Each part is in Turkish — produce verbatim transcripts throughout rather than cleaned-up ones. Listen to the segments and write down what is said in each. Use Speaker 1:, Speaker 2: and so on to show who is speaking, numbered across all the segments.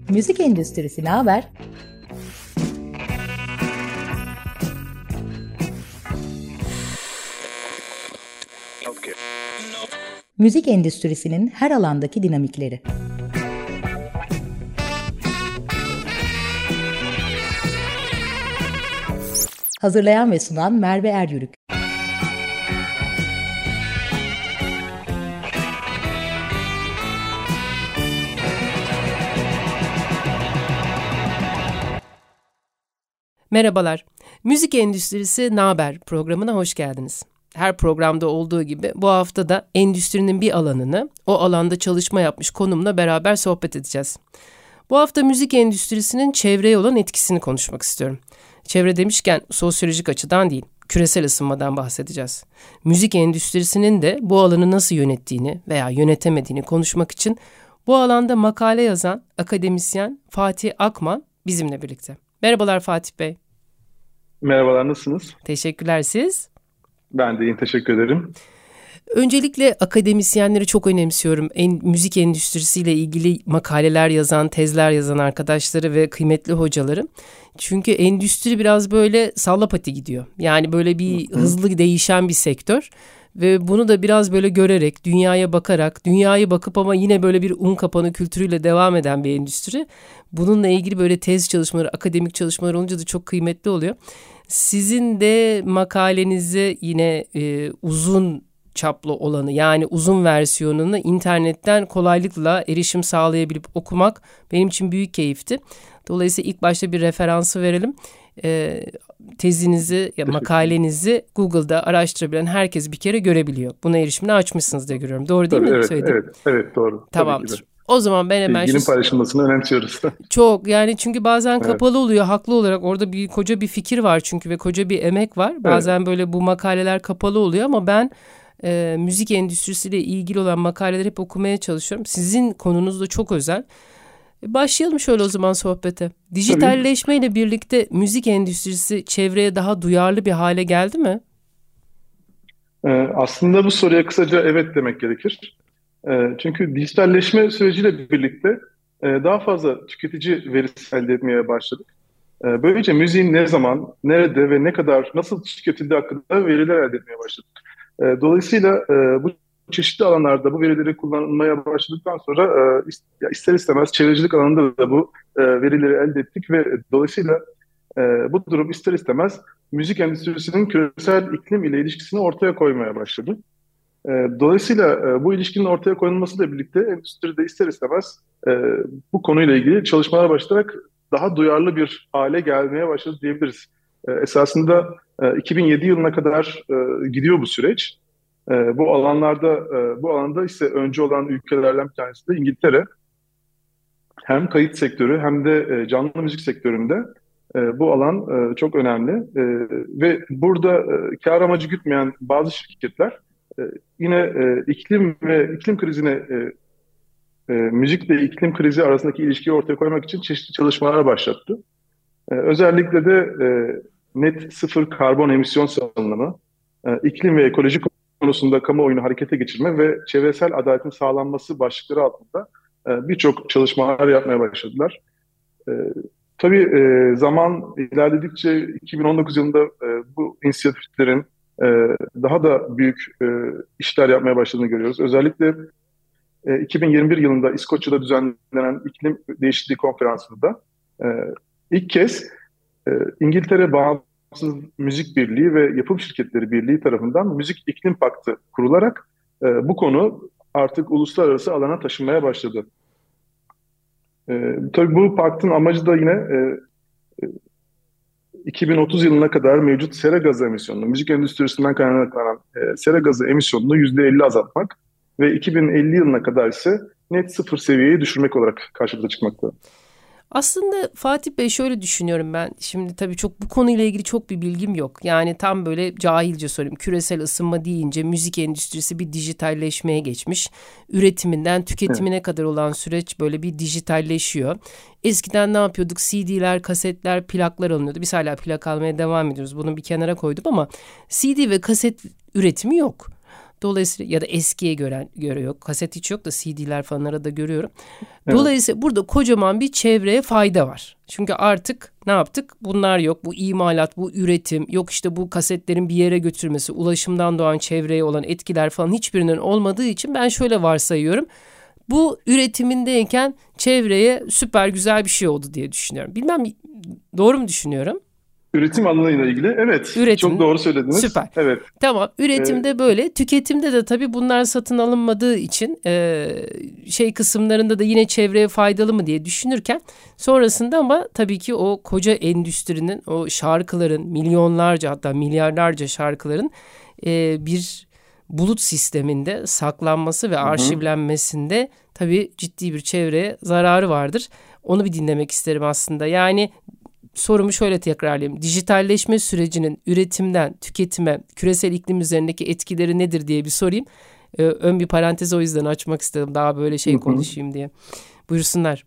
Speaker 1: Müzik endüstrisi ne haber? Müzik endüstrisinin her alandaki dinamikleri. Hazırlayan ve sunan Merve Eryürük.
Speaker 2: Merhabalar, Müzik Endüstrisi Ne Haber programına hoş geldiniz. Her programda olduğu gibi bu hafta da endüstrinin bir alanını, o alanda çalışma yapmış konumla beraber sohbet edeceğiz. Bu hafta müzik endüstrisinin çevreye olan etkisini konuşmak istiyorum. Çevre demişken sosyolojik açıdan değil, küresel ısınmadan bahsedeceğiz. Müzik endüstrisinin de bu alanı nasıl yönettiğini veya yönetemediğini konuşmak için bu alanda makale yazan akademisyen Fatih Akman bizimle birlikte. Merhabalar Fatih Bey.
Speaker 3: Merhabalar, nasılsınız?
Speaker 2: Teşekkürler, siz?
Speaker 3: Ben de iyiyim, teşekkür ederim.
Speaker 2: Öncelikle akademisyenleri çok önemsiyorum. En, müzik endüstrisiyle ilgili makaleler yazan, tezler yazan arkadaşları ve kıymetli hocaları. Çünkü endüstri biraz böyle sallapati gidiyor. Yani böyle bir Hı-hı. hızlı değişen bir sektör. Ve bunu da biraz böyle görerek, dünyaya bakarak, dünyaya bakıp ama yine böyle bir un kapanı kültürüyle devam eden bir endüstri. Bununla ilgili böyle tez çalışmaları, akademik çalışmalar olunca da çok kıymetli oluyor. Sizin de makalenizi yine e, uzun çaplı olanı, yani uzun versiyonunu internetten kolaylıkla erişim sağlayabilip okumak benim için büyük keyifti. Dolayısıyla ilk başta bir referansı verelim. E, tezinizi, ya makalenizi Google'da araştırabilen herkes bir kere görebiliyor. Buna erişimini açmışsınız diye görüyorum. Doğru değil
Speaker 3: Tabii,
Speaker 2: mi?
Speaker 3: Evet,
Speaker 2: Söyledim.
Speaker 3: evet, evet doğru.
Speaker 2: Tamamdır. O zaman ben hemen...
Speaker 3: Bilginin
Speaker 2: şu...
Speaker 3: paylaşılmasını önemsiyoruz.
Speaker 2: Çok, yani çünkü bazen
Speaker 3: evet.
Speaker 2: kapalı oluyor haklı olarak. Orada bir koca bir fikir var çünkü ve koca bir emek var. Bazen evet. böyle bu makaleler kapalı oluyor ama ben e, müzik endüstrisiyle ilgili olan makaleleri hep okumaya çalışıyorum. Sizin konunuz da çok özel. Başlayalım şöyle o zaman sohbete. Dijitalleşmeyle birlikte müzik endüstrisi çevreye daha duyarlı bir hale geldi mi?
Speaker 3: Ee, aslında bu soruya kısaca evet demek gerekir. Ee, çünkü dijitalleşme süreciyle birlikte e, daha fazla tüketici verisi elde etmeye başladık. Ee, böylece müziğin ne zaman, nerede ve ne kadar, nasıl tüketildiği hakkında veriler elde etmeye başladık. Ee, dolayısıyla e, bu çeşitli alanlarda bu verileri kullanmaya başladıktan sonra e, ister istemez çevrecilik alanında da bu e, verileri elde ettik ve dolayısıyla e, bu durum ister istemez müzik endüstrisinin küresel iklim ile ilişkisini ortaya koymaya başladı. E, dolayısıyla e, bu ilişkinin ortaya konulmasıyla birlikte endüstride ister istemez e, bu konuyla ilgili çalışmalar başlayarak daha duyarlı bir hale gelmeye başladı diyebiliriz. E, esasında e, iki bin yedi yılına kadar e, gidiyor bu süreç. E, bu alanlarda, e, bu alanda ise öncü olan ülkelerden bir tanesi de İngiltere. Hem kayıt sektörü hem de e, canlı müzik sektöründe e, bu alan e, çok önemli. E, ve burada e, kar amacı gütmeyen bazı şirketler e, yine e, iklim ve iklim krizine, e, e, müzikle iklim krizi arasındaki ilişkiyi ortaya koymak için çeşitli çalışmalar başlattı. E, özellikle de e, net sıfır karbon emisyon salınımı, e, iklim ve ekoloji konusunda kamuoyunu harekete geçirme ve çevresel adaletin sağlanması başlıkları altında e, birçok çalışmalar yapmaya başladılar. E, tabii e, zaman ilerledikçe iki bin on dokuz yılında e, bu inisiyatiflerin e, daha da büyük e, işler yapmaya başladığını görüyoruz. Özellikle e, iki bin yirmi bir yılında İskoçya'da düzenlenen iklim değişikliği konferansında e, ilk kez e, İngiltere Bağımsız Müzik Birliği ve Yapım Şirketleri Birliği tarafından Müzik İklim Paktı kurularak e, bu konu artık uluslararası alana taşınmaya başladı. E, tabii bu paktın amacı da yine e, e, iki bin otuz yılına kadar mevcut sera gazı emisyonunu, müzik endüstrisinden kaynaklanan e, sera gazı emisyonunu yüzde elli azaltmak ve iki bin elli yılına kadar ise net sıfır seviyeyi düşürmek olarak karşımıza çıkmakta.
Speaker 2: Aslında Fatih Bey şöyle düşünüyorum ben. Şimdi tabii çok bu konuyla ilgili çok bir bilgim yok. Yani tam böyle cahilce söyleyeyim. Küresel ısınma deyince müzik endüstrisi bir dijitalleşmeye geçmiş. Üretiminden tüketimine evet. kadar olan süreç böyle bir dijitalleşiyor. Eskiden ne yapıyorduk? C D'ler, kasetler, plaklar alınıyordu. Biz hala plak almaya devam ediyoruz. Bunu bir kenara koyduk ama C D ve kaset üretimi yok. Dolayısıyla ya da eskiye göre, göre yok. Kaset hiç yok da C D'ler falan arada görüyorum.
Speaker 3: Evet.
Speaker 2: Dolayısıyla burada kocaman bir çevreye fayda var. Çünkü artık ne yaptık? Bunlar yok. Bu imalat, bu üretim, yok işte bu kasetlerin bir yere götürmesi, ulaşımdan doğan çevreye olan etkiler falan hiçbirinin olmadığı için ben şöyle varsayıyorum. Bu üretimindeyken çevreye süper güzel bir şey oldu diye düşünüyorum. Bilmem doğru mu düşünüyorum?
Speaker 3: Üretim alanıyla ilgili evet,
Speaker 2: Üretim,
Speaker 3: çok doğru söylediniz.
Speaker 2: süper.
Speaker 3: Evet.
Speaker 2: Tamam, üretimde ee, böyle, tüketimde de tabii bunlar satın alınmadığı için e, şey kısımlarında da yine çevreye faydalı mı diye düşünürken sonrasında ama tabii ki o koca endüstrinin, o şarkıların, milyonlarca hatta milyarlarca şarkıların e, bir bulut sisteminde saklanması ve hı hı. arşivlenmesinde tabii ciddi bir çevreye zararı vardır. Onu bir dinlemek isterim aslında. Yani sorumu şöyle tekrarlayayım. Dijitalleşme sürecinin üretimden tüketime, küresel iklim üzerindeki etkileri nedir diye bir sorayım. Ee, ön bir parantez o yüzden açmak istedim. Daha böyle şey konuşayım diye. Buyursunlar.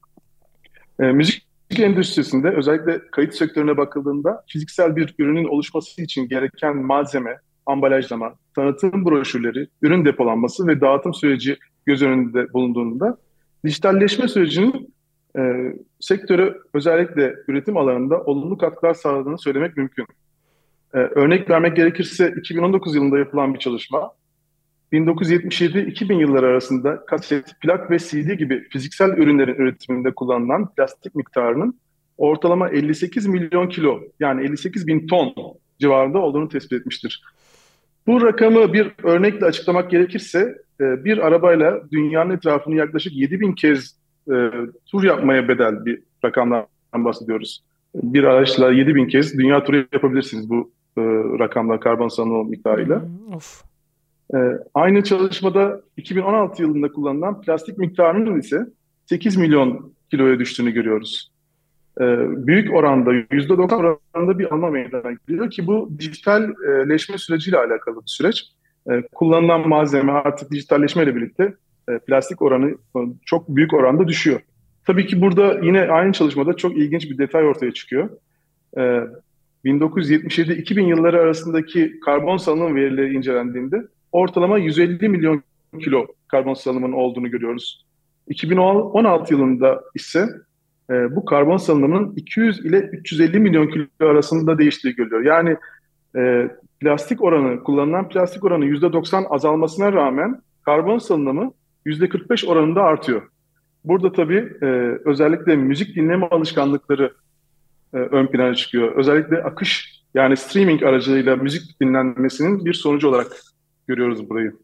Speaker 3: E, müzik endüstrisinde özellikle kayıt sektörüne bakıldığında fiziksel bir ürünün oluşması için gereken malzeme, ambalajlama, tanıtım broşürleri, ürün depolanması ve dağıtım süreci göz önünde bulunduğunda dijitalleşme sürecinin e, sektöre özellikle üretim alanında olumlu katkılar sağladığını söylemek mümkün. E, örnek vermek gerekirse iki bin on dokuz yılında yapılan bir çalışma, bin dokuz yüz yetmiş yedi iki bin yılları arasında kaset, plak ve C D gibi fiziksel ürünlerin üretiminde kullanılan plastik miktarının ortalama elli sekiz milyon kilo, yani elli sekiz bin ton civarında olduğunu tespit etmiştir. Bu rakamı bir örnekle açıklamak gerekirse, bir arabayla dünyanın etrafını yaklaşık yedi bin kez e, tur yapmaya bedel bir rakamdan bahsediyoruz. Bir araçla yedi bin kez dünya turu yapabilirsiniz bu e, rakamla, karbon salınımı miktarıyla.
Speaker 2: Hmm, of.
Speaker 3: E, aynı çalışmada iki bin on altı yılında kullanılan plastik miktarının ise sekiz milyon kiloya düştüğünü görüyoruz. E, büyük oranda, yüzde doksan oranında bir alma meydana geliyor ki bu dijitalleşme süreciyle alakalı bir süreç. E, kullanılan malzeme artık dijitalleşmeyle birlikte e, plastik oranı çok büyük oranda düşüyor. Tabii ki burada yine aynı çalışmada çok ilginç bir detay ortaya çıkıyor. E, bin dokuz yüz yetmiş yedi iki bin yılları arasındaki karbon salınım verileri incelendiğinde ortalama yüz elli milyon kilo karbon salınımının olduğunu görüyoruz. iki bin on altı yılında ise e, bu karbon salınımının iki yüz ile üç yüz elli milyon kilo arasında değiştiği görülüyor. Yani e, plastik oranı, kullanılan plastik oranı yüzde doksan azalmasına rağmen karbon salınımı yüzde kırk beş oranında artıyor. Burada tabii e, özellikle müzik dinleme alışkanlıkları e, ön plana çıkıyor. Özellikle akış, yani streaming aracılığıyla müzik dinlenmesinin bir sonucu olarak görüyoruz burayı,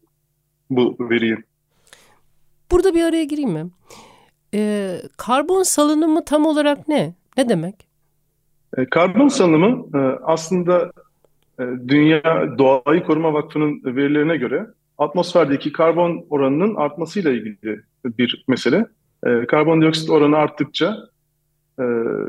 Speaker 3: bu veriyi.
Speaker 2: Burada bir araya gireyim mi? Ee, karbon salınımı tam olarak ne? Ne demek?
Speaker 3: E, karbon salınımı e, aslında e, Dünya Doğayı Koruma Vakfı'nın verilerine göre atmosferdeki karbon oranının artmasıyla ilgili bir mesele. E, karbondioksit oranı arttıkça e,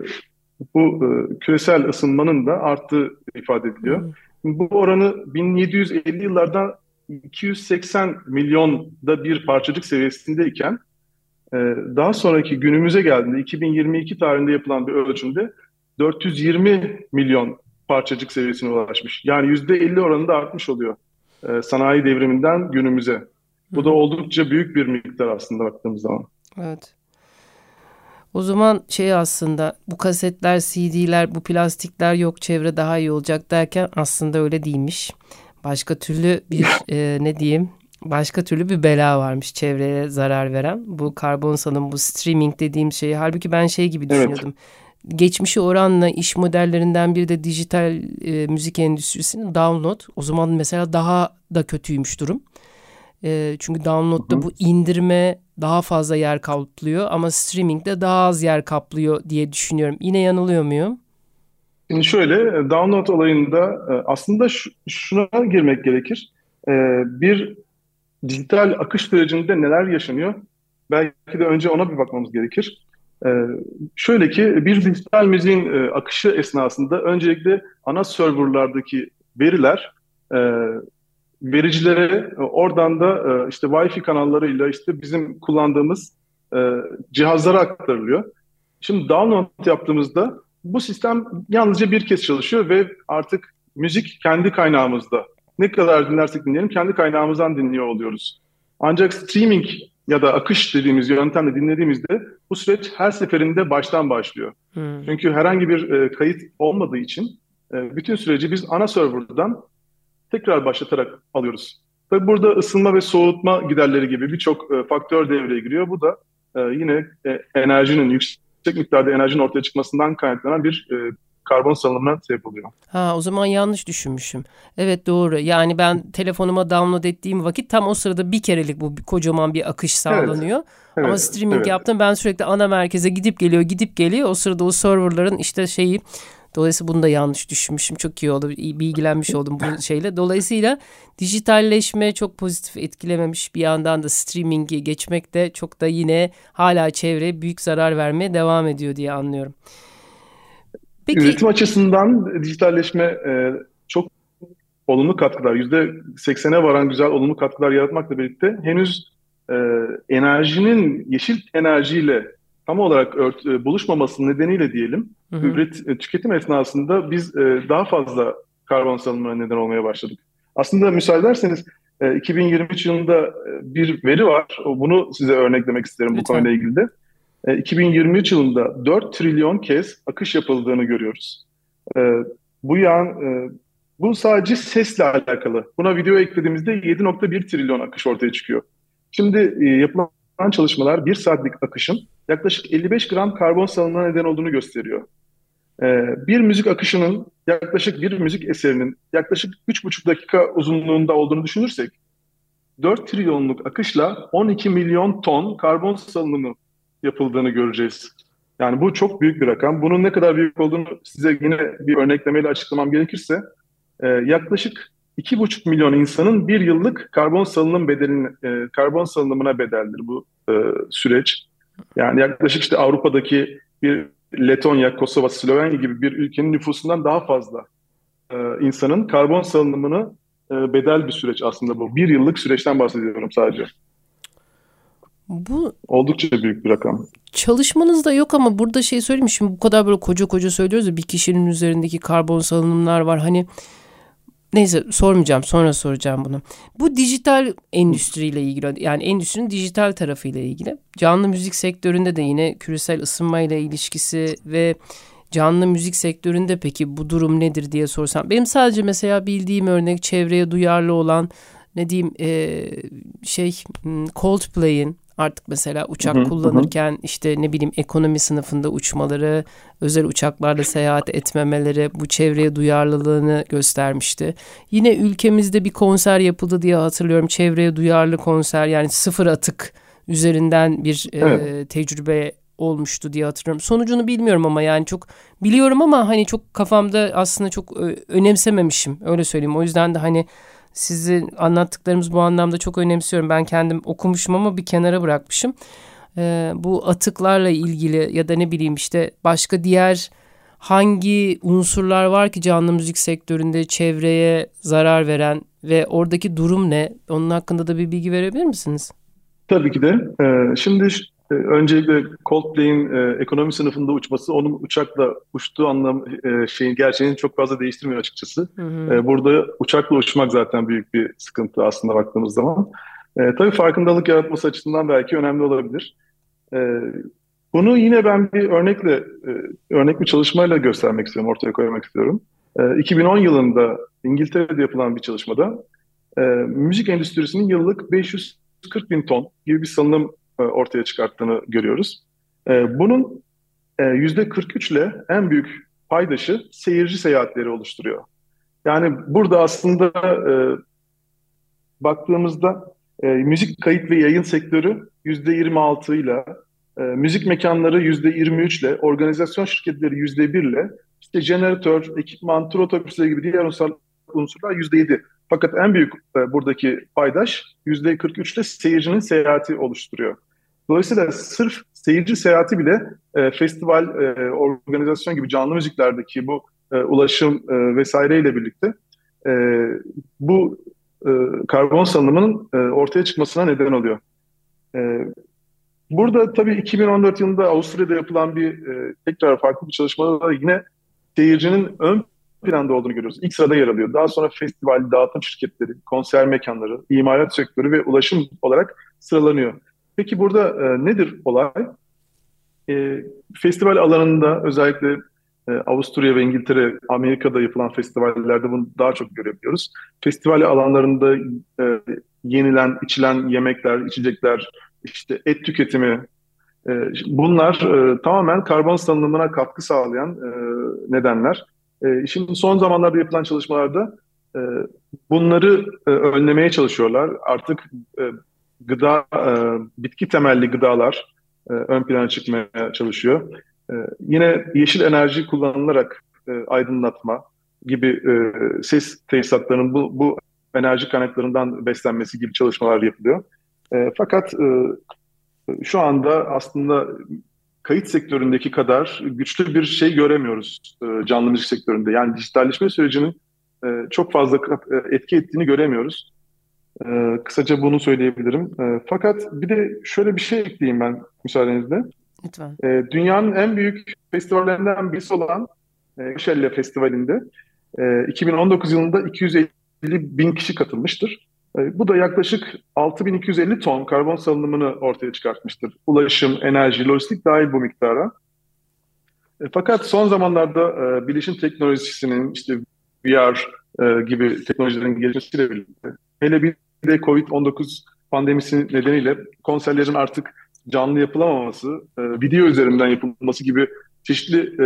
Speaker 3: bu e, küresel ısınmanın da arttığı ifade ediliyor. Hmm. Bu oranı bin yedi yüz elli yıllardan iki yüz seksen milyonda bir parçacık seviyesindeyken e, daha sonraki günümüze geldiğinde iki bin yirmi iki tarihinde yapılan bir ölçümde dört yüz yirmi milyon parçacık seviyesine ulaşmış. Yani yüzde elli oranında artmış oluyor e, sanayi devriminden günümüze. Bu da oldukça büyük bir miktar aslında baktığımız zaman.
Speaker 2: Evet. O zaman şey aslında bu kasetler, C D'ler, bu plastikler yok çevre daha iyi olacak derken aslında öyle değilmiş. Başka türlü bir e, ne diyeyim başka türlü bir bela varmış çevreye zarar veren. Bu karbon salınımı, bu streaming dediğim şeyi. Halbuki ben şey gibi düşünüyordum. Evet. Geçmişi oranla iş modellerinden biri de dijital e, müzik endüstrisinin download. O zaman mesela daha da kötüymüş durum. E, çünkü download'da Hı-hı. bu indirme daha fazla yer kaplıyor ama streaming'de daha az yer kaplıyor diye düşünüyorum. Yine yanılıyor muyum?
Speaker 3: Şimdi şöyle, download olayında aslında şuna girmek gerekir. Bir dijital akış sürecinde neler yaşanıyor? Belki de önce ona bir bakmamız gerekir. Şöyle ki bir dijital müziğin akışı esnasında öncelikle ana serverlardaki veriler vericilere, oradan da işte Wi-Fi kanallarıyla işte bizim kullandığımız cihazlara aktarılıyor. Şimdi download yaptığımızda bu sistem yalnızca bir kez çalışıyor ve artık müzik kendi kaynağımızda ne kadar dinlersek dinleyelim kendi kaynağımızdan dinliyor oluyoruz. Ancak streaming ya da akış dediğimiz yöntemle dinlediğimizde bu süreç her seferinde baştan başlıyor.
Speaker 2: Hmm.
Speaker 3: Çünkü herhangi bir e, kayıt olmadığı için e, bütün süreci biz ana serverdan tekrar başlatarak alıyoruz. Tabii burada ısınma ve soğutma giderleri gibi birçok e, faktör devreye giriyor. Bu da e, yine e, enerjinin, yüksek miktarda enerjinin ortaya çıkmasından kaynaklanan bir e, karbon salınımına sebep oluyor.
Speaker 2: Ha, o zaman yanlış düşünmüşüm. Evet, doğru. Yani ben telefonuma download ettiğim vakit tam o sırada bir kerelik bu kocaman bir akış sağlanıyor.
Speaker 3: Evet,
Speaker 2: Ama
Speaker 3: evet,
Speaker 2: streaming
Speaker 3: evet.
Speaker 2: yaptım. Ben sürekli ana merkeze gidip geliyor, gidip geliyor. O sırada o serverların işte şeyi... Dolayısıyla bunu da yanlış düşünmüşüm. Çok iyi oldu. İyi bilgilenmiş oldum bu şeyle. Dolayısıyla dijitalleşme çok pozitif etkilememiş. Bir yandan da streamingi geçmek de çok da yine hala çevreye büyük zarar vermeye devam ediyor diye anlıyorum. Peki,
Speaker 3: üretim açısından dijitalleşme e, çok olumlu katkılar, yüzde seksene varan güzel olumlu katkılar yaratmakla birlikte henüz e, enerjinin yeşil enerjiyle tam olarak ört, e, buluşmaması nedeniyle diyelim,
Speaker 2: hı hı.
Speaker 3: üret, e, tüketim esnasında biz e, daha fazla karbon salınımına neden olmaya başladık. Aslında müsaade ederseniz e, iki bin yirmi üç yılında e, bir veri var. O, bunu size örneklemek isterim bu
Speaker 2: Lütfen.
Speaker 3: konuyla ilgili de. E, iki bin yirmi üç yılında dört trilyon kez akış yapıldığını görüyoruz. E, bu yan e, bu sadece sesle alakalı. Buna video eklediğimizde yedi nokta bir trilyon akış ortaya çıkıyor. Şimdi e, yapılan çalışmalar bir saatlik akışın yaklaşık elli beş gram karbon salınımına neden olduğunu gösteriyor. E, bir müzik akışının yaklaşık bir müzik eserinin yaklaşık üç buçuk dakika uzunluğunda olduğunu düşünürsek dört trilyonluk akışla on iki milyon ton karbon salınımı yapıldığını göreceğiz. Yani bu çok büyük bir rakam. Bunun ne kadar büyük olduğunu size yine bir örneklemeyle açıklamam gerekirse e, yaklaşık iki buçuk milyon insanın bir yıllık karbon salınım bedelini, e, karbon salınımına bedeldir bu e, süreç. Yani yaklaşık işte Avrupa'daki bir Letonya, Kosova, Slovenya gibi bir ülkenin nüfusundan daha fazla e, insanın karbon salınımını e, bedel bir süreç aslında bu. Bir yıllık süreçten bahsediyorum sadece.
Speaker 2: Bu
Speaker 3: oldukça büyük bir rakam.
Speaker 2: Çalışmanız da yok ama burada şey söyleyeyim mi? Şimdi bu kadar böyle koca koca söylüyoruz ya, bir kişinin üzerindeki karbon salınımlar var. Hani neyse, sormayacağım, sonra soracağım bunu. Bu dijital endüstriyle ilgili, yani endüstrinin dijital tarafıyla ilgili. Canlı müzik sektöründe de yine küresel ısınmayla ilişkisi ve canlı müzik sektöründe peki bu durum nedir diye sorsam. Benim sadece mesela bildiğim örnek çevreye duyarlı olan ne diyeyim e, şey Coldplay'in artık mesela uçak
Speaker 3: Hı hı,
Speaker 2: kullanırken işte ne bileyim ekonomi sınıfında uçmaları, özel uçaklarla seyahat etmemeleri bu çevreye duyarlılığını göstermişti. Yine ülkemizde bir konser yapıldı diye hatırlıyorum. Çevreye duyarlı konser, yani sıfır atık üzerinden bir
Speaker 3: evet.
Speaker 2: e, tecrübe olmuştu diye hatırlıyorum. Sonucunu bilmiyorum ama yani çok biliyorum ama hani çok kafamda aslında çok önemsememişim, öyle söyleyeyim. O yüzden de hani sizin anlattıklarımız bu anlamda çok önemsiyorum. Ben kendim okumuşum ama bir kenara bırakmışım. Ee, bu atıklarla ilgili ya da ne bileyim işte başka diğer hangi unsurlar var ki canlı müzik sektöründe çevreye zarar veren ve oradaki durum ne? Onun hakkında da bir bilgi verebilir misiniz?
Speaker 3: Tabii ki de. Ee, şimdi e, öncelikle Coldplay'in e, ekonomi sınıfında uçması onun uçakla uçtuğu anlam e, şeyin gerçeğini çok fazla değiştirmiyor açıkçası.
Speaker 2: Hı hı.
Speaker 3: E, burada uçakla uçmak zaten büyük bir sıkıntı aslında baktığımız zaman. E, tabii farkındalık yaratması açısından belki önemli olabilir. E, bunu yine ben bir örnekle, e, örnek bir çalışmayla göstermek istiyorum, ortaya koymak istiyorum. E, iki bin on yılında İngiltere'de yapılan bir çalışmada e, müzik endüstrisinin yıllık beş yüz kırk bin ton gibi bir salınım e, ortaya çıkarttığını görüyoruz. E, bunun e, yüzde kırk üç ile en büyük paydaşı seyirci seyahatleri oluşturuyor. Yani burada aslında e, baktığımızda e, müzik kayıt ve yayın sektörü yüzde yirmi altı ile, e, müzik mekanları yüzde yirmi üç ile, organizasyon şirketleri yüzde bir ile, işte jeneratör, ekipman, tur otobüsleri gibi diğer unsur, unsurlar yüzde yedi. Fakat en büyük e, buradaki paydaş yüzde kırk üç ile seyircinin seyahati oluşturuyor. Dolayısıyla sırf seyirci seyahati bile e, festival, e, organizasyon gibi canlı müziklerdeki bu e, ulaşım e, vesaireyle birlikte e, bu e, karbon salınımının e, ortaya çıkmasına neden oluyor. E, burada tabii iki bin on dört yılında Avusturya'da yapılan bir e, tekrar farklı bir çalışmada da yine seyircinin ön planda olduğunu görüyoruz. İlk sırada yer alıyor. Daha sonra festival, dağıtım şirketleri, konser mekanları, imalat sektörü ve ulaşım olarak sıralanıyor. Peki burada e, nedir olay? E, festival alanında özellikle e, Avusturya ve İngiltere, Amerika'da yapılan festivallerde bunu daha çok görebiliyoruz. Festival alanlarında e, yenilen, içilen yemekler, içecekler, işte et tüketimi, e, bunlar e, tamamen karbon salınımına katkı sağlayan e, nedenler. E, şimdi son zamanlarda yapılan çalışmalarda e, bunları e, önlemeye çalışıyorlar. Artık e, gıda, e, bitki temelli gıdalar e, ön plana çıkmaya çalışıyor. E, yine yeşil enerji kullanılarak e, aydınlatma gibi e, ses tesisatlarının bu, bu enerji kaynaklarından beslenmesi gibi çalışmalar yapılıyor. E, fakat e, şu anda aslında kayıt sektöründeki kadar güçlü bir şey göremiyoruz e, canlı müzik sektöründe. Yani dijitalleşme sürecinin e, çok fazla e, etki ettiğini göremiyoruz. E, kısaca bunu söyleyebilirim. E, fakat bir de şöyle bir şey ekleyeyim ben müsaadenizle.
Speaker 2: Lütfen.
Speaker 3: E, dünyanın en büyük festivallerinden birisi olan e, Coachella Festivali'nde e, iki bin on dokuz yılında iki yüz elli bin kişi katılmıştır. E, bu da yaklaşık altı bin iki yüz elli ton karbon salınımını ortaya çıkartmıştır. Ulaşım, enerji, lojistik dahil bu miktara. E, fakat son zamanlarda e, bilişim teknolojisinin işte V R e, gibi teknolojilerin gelişmesiyle birlikte, hele bir de covid on dokuz pandemisi nedeniyle konserlerin artık canlı yapılamaması, e, video üzerinden yapılması gibi çeşitli e,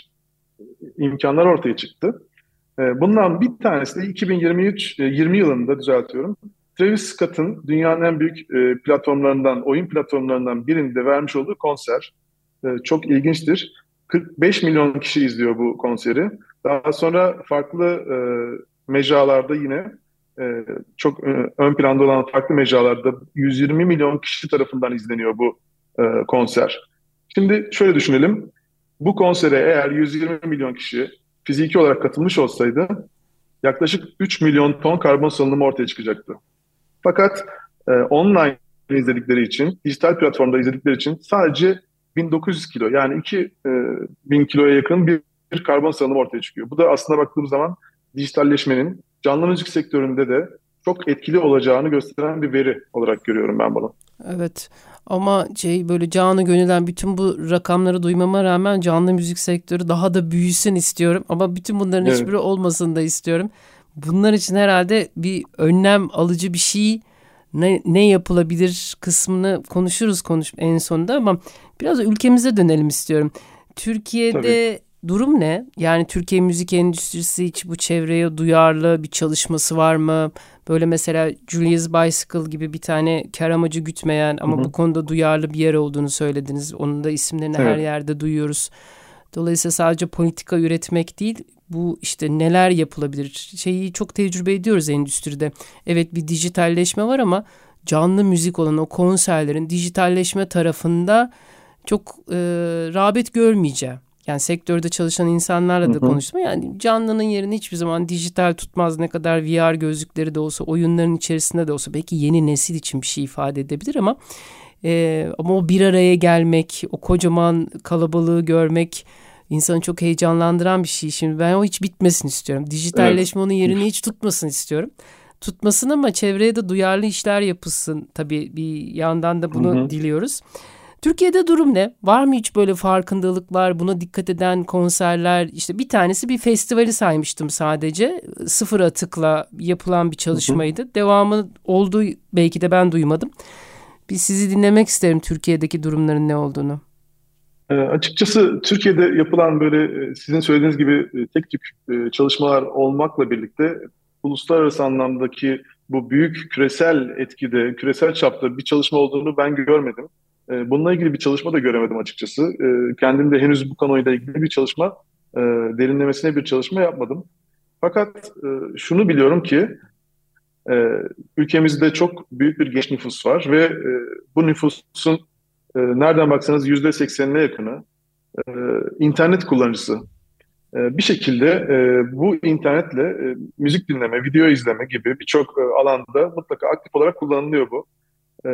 Speaker 3: imkanlar ortaya çıktı. E, bundan bir tanesi de iki bin yirmi üç, e, yirmi yılında düzeltiyorum. Travis Scott'ın dünyanın en büyük e, platformlarından, oyun platformlarından birinde vermiş olduğu konser. E, çok ilginçtir. kırk beş milyon kişi izliyor bu konseri. Daha sonra farklı e, mecralarda yine e, çok e, ön planda olan farklı mecralarda yüz yirmi milyon kişi tarafından izleniyor bu e, konser. Şimdi şöyle düşünelim. Bu konsere eğer yüz yirmi milyon kişi fiziki olarak katılmış olsaydı yaklaşık üç milyon ton karbon salınımı ortaya çıkacaktı. Fakat e, online izledikleri için, dijital platformda izledikleri için sadece bin dokuz yüz kilo, yani iki bin kiloya yakın bir, bir karbon salınımı ortaya çıkıyor. Bu da aslında baktığımız zaman dijitalleşmenin canlı müzik sektöründe de çok etkili olacağını gösteren bir veri olarak görüyorum ben bunu.
Speaker 2: Evet, ama şey, böyle canı gönülden bütün bu rakamları duymama rağmen canlı müzik sektörü daha da büyüsün istiyorum. Ama bütün bunların
Speaker 3: Evet.
Speaker 2: hiçbiri olmasını da istiyorum. Bunlar için herhalde bir önlem alıcı bir şey, ne, ne yapılabilir kısmını konuşuruz konuş en sonunda, ama biraz da ülkemize dönelim istiyorum. Türkiye'de
Speaker 3: Tabii.
Speaker 2: durum ne? Yani Türkiye müzik endüstrisi hiç bu çevreye duyarlı bir çalışması var mı? Böyle mesela Julius Bicycle gibi bir tane kar amacı gütmeyen ama
Speaker 3: Hı hı.
Speaker 2: bu konuda duyarlı bir yer olduğunu söylediniz. Onun da isimlerini
Speaker 3: Evet.
Speaker 2: her yerde duyuyoruz. Dolayısıyla sadece politika üretmek değil, bu işte neler yapılabilir şeyi çok tecrübe ediyoruz endüstride. Evet, bir dijitalleşme var ama canlı müzik olan o konserlerin dijitalleşme tarafında çok e, rağbet görmeyeceğim. Yani sektörde çalışan insanlarla da
Speaker 3: Hı hı.
Speaker 2: konuştum. Yani canlının yerini hiçbir zaman dijital tutmaz. Ne kadar V R gözlükleri de olsa, oyunların içerisinde de olsa, belki yeni nesil için bir şey ifade edebilir ama e, ama o bir araya gelmek, o kocaman kalabalığı görmek insanı çok heyecanlandıran bir şey. Şimdi ben o hiç bitmesin istiyorum. Dijitalleşme onun yerini hiç tutmasın istiyorum. Tutmasın ama çevreye de duyarlı işler yapılsın. Tabii bir yandan da bunu
Speaker 3: Hı hı.
Speaker 2: diliyoruz. Türkiye'de durum ne? Var mı hiç böyle farkındalıklar, buna dikkat eden konserler? İşte bir tanesi, bir festivali saymıştım sadece. Sıfır atıkla yapılan bir çalışmaydı. Hı hı. Devamı olduğu belki de ben duymadım. Bir sizi dinlemek isterim, Türkiye'deki durumların ne olduğunu.
Speaker 3: E, açıkçası Türkiye'de yapılan böyle sizin söylediğiniz gibi tek tük e, çalışmalar olmakla birlikte uluslararası anlamdaki bu büyük küresel etkide, küresel çapta bir çalışma olduğunu ben görmedim. E, bununla ilgili bir çalışma da göremedim açıkçası. E, kendim de henüz bu konuyla ilgili bir çalışma, e, derinlemesine bir çalışma yapmadım. Fakat e, şunu biliyorum ki e, ülkemizde çok büyük bir genç nüfus var ve e, bu nüfusun e, nereden baksanız yüzde seksenine yakını e, internet kullanıcısı. E, bir şekilde e, bu internetle e, müzik dinleme, video izleme gibi birçok e, alanda mutlaka aktif olarak kullanılıyor bu. E,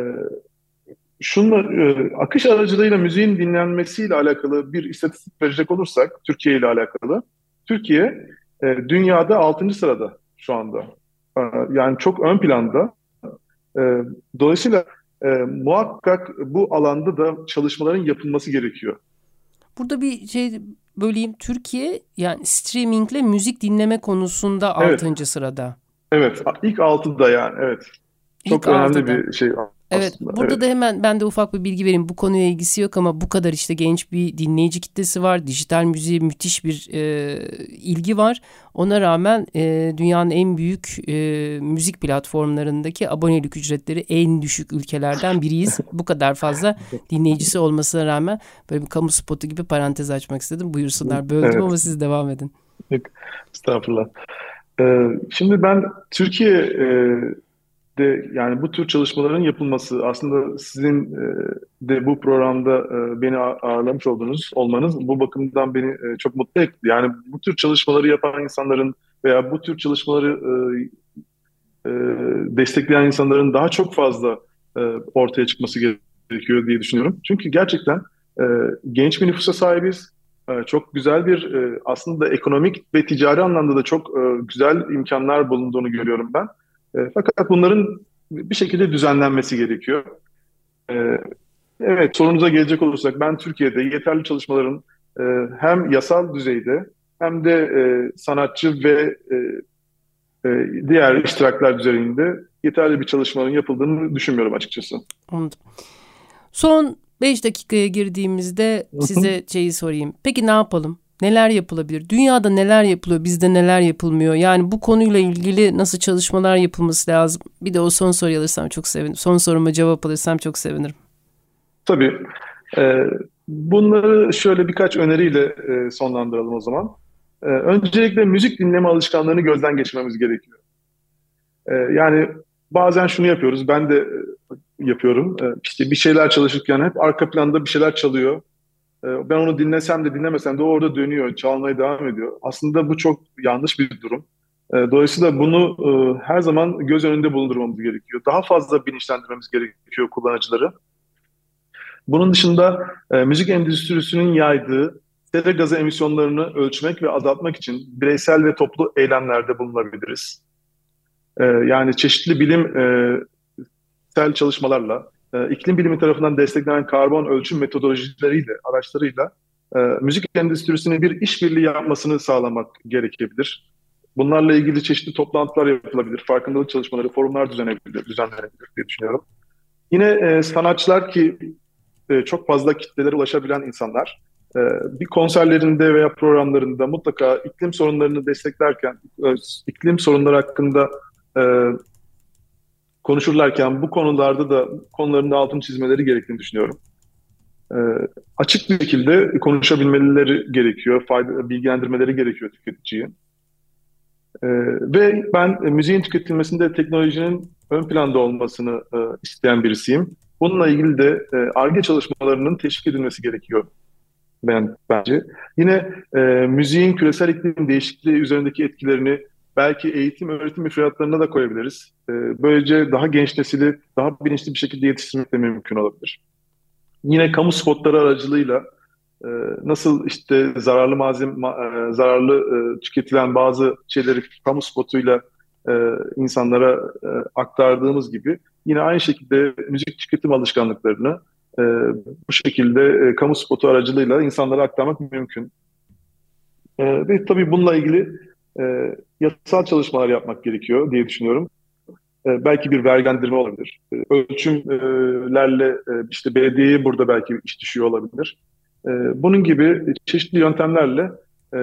Speaker 3: şunla, e, akış aracılığıyla müziğin dinlenmesiyle alakalı bir istatistik verecek olursak, Türkiye ile alakalı, Türkiye e, dünyada altıncı sırada şu anda. E, yani çok ön planda. E, dolayısıyla e, muhakkak bu alanda da çalışmaların yapılması gerekiyor.
Speaker 2: Burada bir şey böleyim. Türkiye yani streamingle müzik dinleme konusunda
Speaker 3: Evet,
Speaker 2: altıncı sırada.
Speaker 3: evet. İlk altıda yani, evet.
Speaker 2: İlk
Speaker 3: Çok önemli
Speaker 2: altıda.
Speaker 3: bir şey
Speaker 2: Evet,
Speaker 3: aslında.
Speaker 2: burada
Speaker 3: Evet.
Speaker 2: da hemen ben de ufak bir bilgi vereyim. Bu konuyla ilgisi yok ama bu kadar işte genç bir dinleyici kitlesi var. Dijital müziğe müthiş bir e, ilgi var. Ona rağmen e, dünyanın en büyük e, müzik platformlarındaki abonelik ücretleri en düşük ülkelerden biriyiz. Bu kadar fazla dinleyicisi olmasına rağmen böyle bir kamu spotu gibi parantez açmak istedim. Buyursunlar, böldüm
Speaker 3: Evet.
Speaker 2: ama siz devam edin.
Speaker 3: Yok, estağfurullah. Ee, şimdi ben Türkiye'de yani bu tür çalışmaların yapılması aslında sizin e, de bu programda e, beni a- ağırlamış olduğunuz olmanız bu bakımdan beni e, çok mutlu etti. Yani bu tür çalışmaları yapan insanların veya bu tür çalışmaları e, e, destekleyen insanların daha çok fazla e, ortaya çıkması gerekiyor diye düşünüyorum. Çünkü gerçekten e, genç bir nüfusa sahibiz. E, çok güzel bir e, aslında ekonomik ve ticari anlamda da çok e, güzel imkanlar bulunduğunu görüyorum ben. E, fakat bunların bir şekilde düzenlenmesi gerekiyor. E, evet, sorunuza gelecek olursak ben Türkiye'de yeterli çalışmaların e, hem yasal düzeyde hem de e, sanatçı ve e, e, diğer iştirakler düzeyinde yeterli bir çalışmanın yapıldığını düşünmüyorum açıkçası.
Speaker 2: Anladım. Son beş dakikaya girdiğimizde
Speaker 3: Hı hı.
Speaker 2: size şeyi sorayım. Peki ne yapalım? Neler yapılabilir? Dünyada neler yapılıyor? Bizde neler yapılmıyor? Yani bu konuyla ilgili nasıl çalışmalar yapılması lazım? Bir de o son soruyu alırsam çok sevinirim. Son soruma cevap alırsam çok sevinirim.
Speaker 3: Tabii. E, bunları şöyle birkaç öneriyle e, sonlandıralım o zaman. E, öncelikle müzik dinleme alışkanlığını gözden geçirmemiz gerekiyor. E, yani bazen şunu yapıyoruz, ben de e, yapıyorum. E, işte bir şeyler çalışırken hep arka planda bir şeyler çalıyor. E, ben onu dinlesem de dinlemesem de o orada dönüyor, çalmaya devam ediyor. Aslında bu çok yanlış bir durum. E, dolayısıyla bunu e, her zaman göz önünde bulundurmamız gerekiyor. Daha fazla bilinçlendirmemiz gerekiyor kullanıcıları. Bunun dışında e, müzik endüstrisinin yaydığı sera gazı emisyonlarını ölçmek ve azaltmak için bireysel ve toplu eylemlerde bulunabiliriz. E, yani çeşitli bilimsel çalışmalarla, e, iklim bilimi tarafından desteklenen karbon ölçüm metodolojileriyle, araçlarıyla e, müzik endüstrisinin bir işbirliği yapmasını sağlamak gerekebilir. Bunlarla ilgili çeşitli toplantılar yapılabilir, farkındalık çalışmaları, forumlar düzenlenebilir, düzenlenebilir diye düşünüyorum. Yine e, sanatçılar ki e, çok fazla kitlelere ulaşabilen insanlar e, bir konserlerinde veya programlarında mutlaka iklim sorunlarını desteklerken, e, iklim sorunları hakkında e, konuşurlarken bu konularda da konuların da altını çizmeleri gerektiğini düşünüyorum. E, açık bir şekilde konuşabilmeleri gerekiyor, fayda, bilgilendirmeleri gerekiyor tüketiciyi. E, ve ben e, müziğin tüketilmesinde teknolojinin ön planda olmasını e, isteyen birisiyim. Bununla ilgili de e, Ar-Ge çalışmalarının teşvik edilmesi gerekiyor ben bence. Yine e, müziğin küresel iklim değişikliği üzerindeki etkilerini belki eğitim, öğretim müfredatlarına da koyabiliriz. E, böylece daha genç nesili daha bilinçli bir şekilde yetiştirmek de mümkün olabilir. Yine kamu spotları aracılığıyla e, nasıl işte zararlı malzeme, ma- e, zararlı e, tüketilen bazı şeyleri kamu spotuyla e, insanlara e, aktardığımız gibi yine aynı şekilde müzik tüketim alışkanlıklarını e, bu şekilde e, kamu spotu aracılığıyla insanlara aktarmak mümkün. E, ve tabii bununla ilgili e, yasal çalışmalar yapmak gerekiyor diye düşünüyorum. E, belki bir vergilendirme olabilir. E, ölçümlerle e, işte belediyeye burada belki iş düşüyor olabilir. E, bunun gibi çeşitli yöntemlerle e,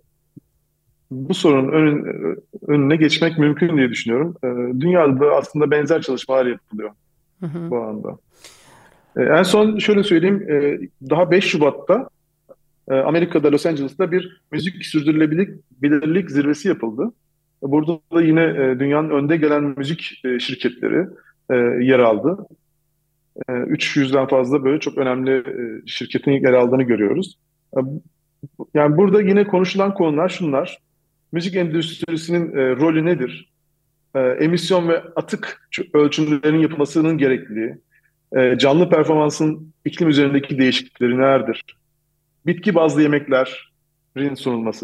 Speaker 3: bu sorunun önün, önüne geçmek mümkün diye düşünüyorum. E, dünyada da aslında benzer çalışmalar yapılıyor
Speaker 2: Hı hı.
Speaker 3: bu anda. E, en son şöyle söyleyeyim, e, daha beş Şubat'ta e, Amerika'da Los Angeles'ta bir müzik sürdürülebilirlik zirvesi yapıldı. Burada da yine e, dünyanın önde gelen müzik e, şirketleri e, yer aldı. E, üç yüzden fazla böyle çok önemli e, şirketin yer aldığını görüyoruz. E, yani burada yine konuşulan konular şunlar. Müzik endüstrisinin e, rolü nedir? E, emisyon ve atık ölçümlerinin yapılmasının gerekliliği, e, canlı performansın iklim üzerindeki değişiklikleri nelerdir? Bitki bazlı yemeklerin sunulması,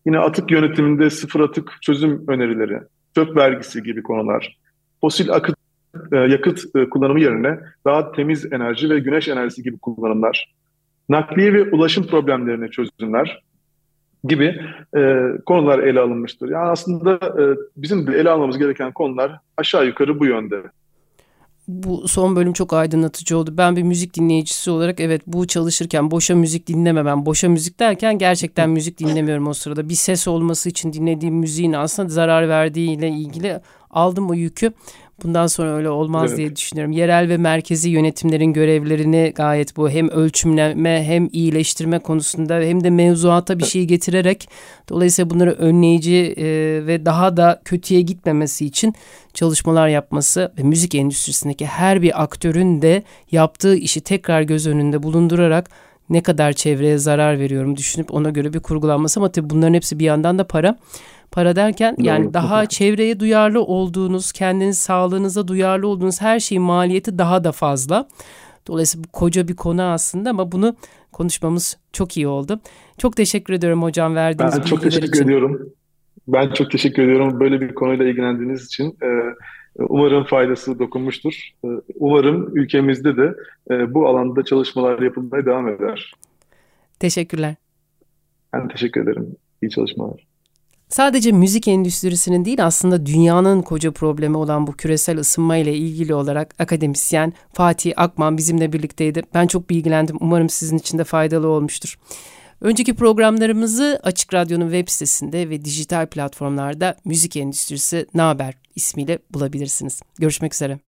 Speaker 3: Yine atık yönetiminde sıfır atık çözüm önerileri, çöp vergisi gibi konular, fosil akıt, e, yakıt e, kullanımı yerine daha temiz enerji ve güneş enerjisi gibi kullanımlar, nakliye ve ulaşım problemlerine çözümler gibi e, konular ele alınmıştır. Yani aslında e, bizim de ele almamız gereken konular aşağı yukarı bu yönde.
Speaker 2: Bu son bölüm çok aydınlatıcı oldu. Ben bir müzik dinleyicisi olarak evet bu çalışırken boşa müzik dinlememem. Boşa müzik derken gerçekten müzik dinlemiyorum o sırada. Bir ses olması için dinlediğim müziğin aslında zarar verdiğiyle ilgili aldım o yükü. Bundan sonra öyle olmaz evet. diye düşünüyorum. Yerel ve merkezi yönetimlerin görevlerini gayet bu hem ölçümleme hem iyileştirme konusunda hem de mevzuata bir şey getirerek dolayısıyla bunları önleyici e, ve daha da kötüye gitmemesi için çalışmalar yapması ve müzik endüstrisindeki her bir aktörün de yaptığı işi tekrar göz önünde bulundurarak ne kadar çevreye zarar veriyorum düşünüp ona göre bir kurgulanması ama tabii bunların hepsi bir yandan da para. Para derken yani daha çevreye duyarlı olduğunuz, kendiniz sağlığınıza duyarlı olduğunuz her şeyin maliyeti daha da fazla. Dolayısıyla bu koca bir konu aslında ama bunu konuşmamız çok iyi oldu. Çok teşekkür ediyorum hocam verdiğiniz bilgiler için. Ben çok teşekkür
Speaker 3: için. ediyorum. Ben çok teşekkür ediyorum böyle bir konuyla ilgilendiğiniz için. Umarım faydası dokunmuştur. Umarım ülkemizde de bu alanda çalışmalar yapılmaya devam eder.
Speaker 2: Teşekkürler.
Speaker 3: Ben teşekkür ederim. İyi çalışmalar.
Speaker 2: Sadece müzik endüstrisinin değil aslında dünyanın koca problemi olan bu küresel ısınma ile ilgili olarak akademisyen Fatih Akman bizimle birlikteydi. Ben çok bilgilendim. Umarım sizin için de faydalı olmuştur. Önceki programlarımızı Açık Radyo'nun web sitesinde ve dijital platformlarda Müzik Endüstrisi Naber ismiyle bulabilirsiniz. Görüşmek üzere.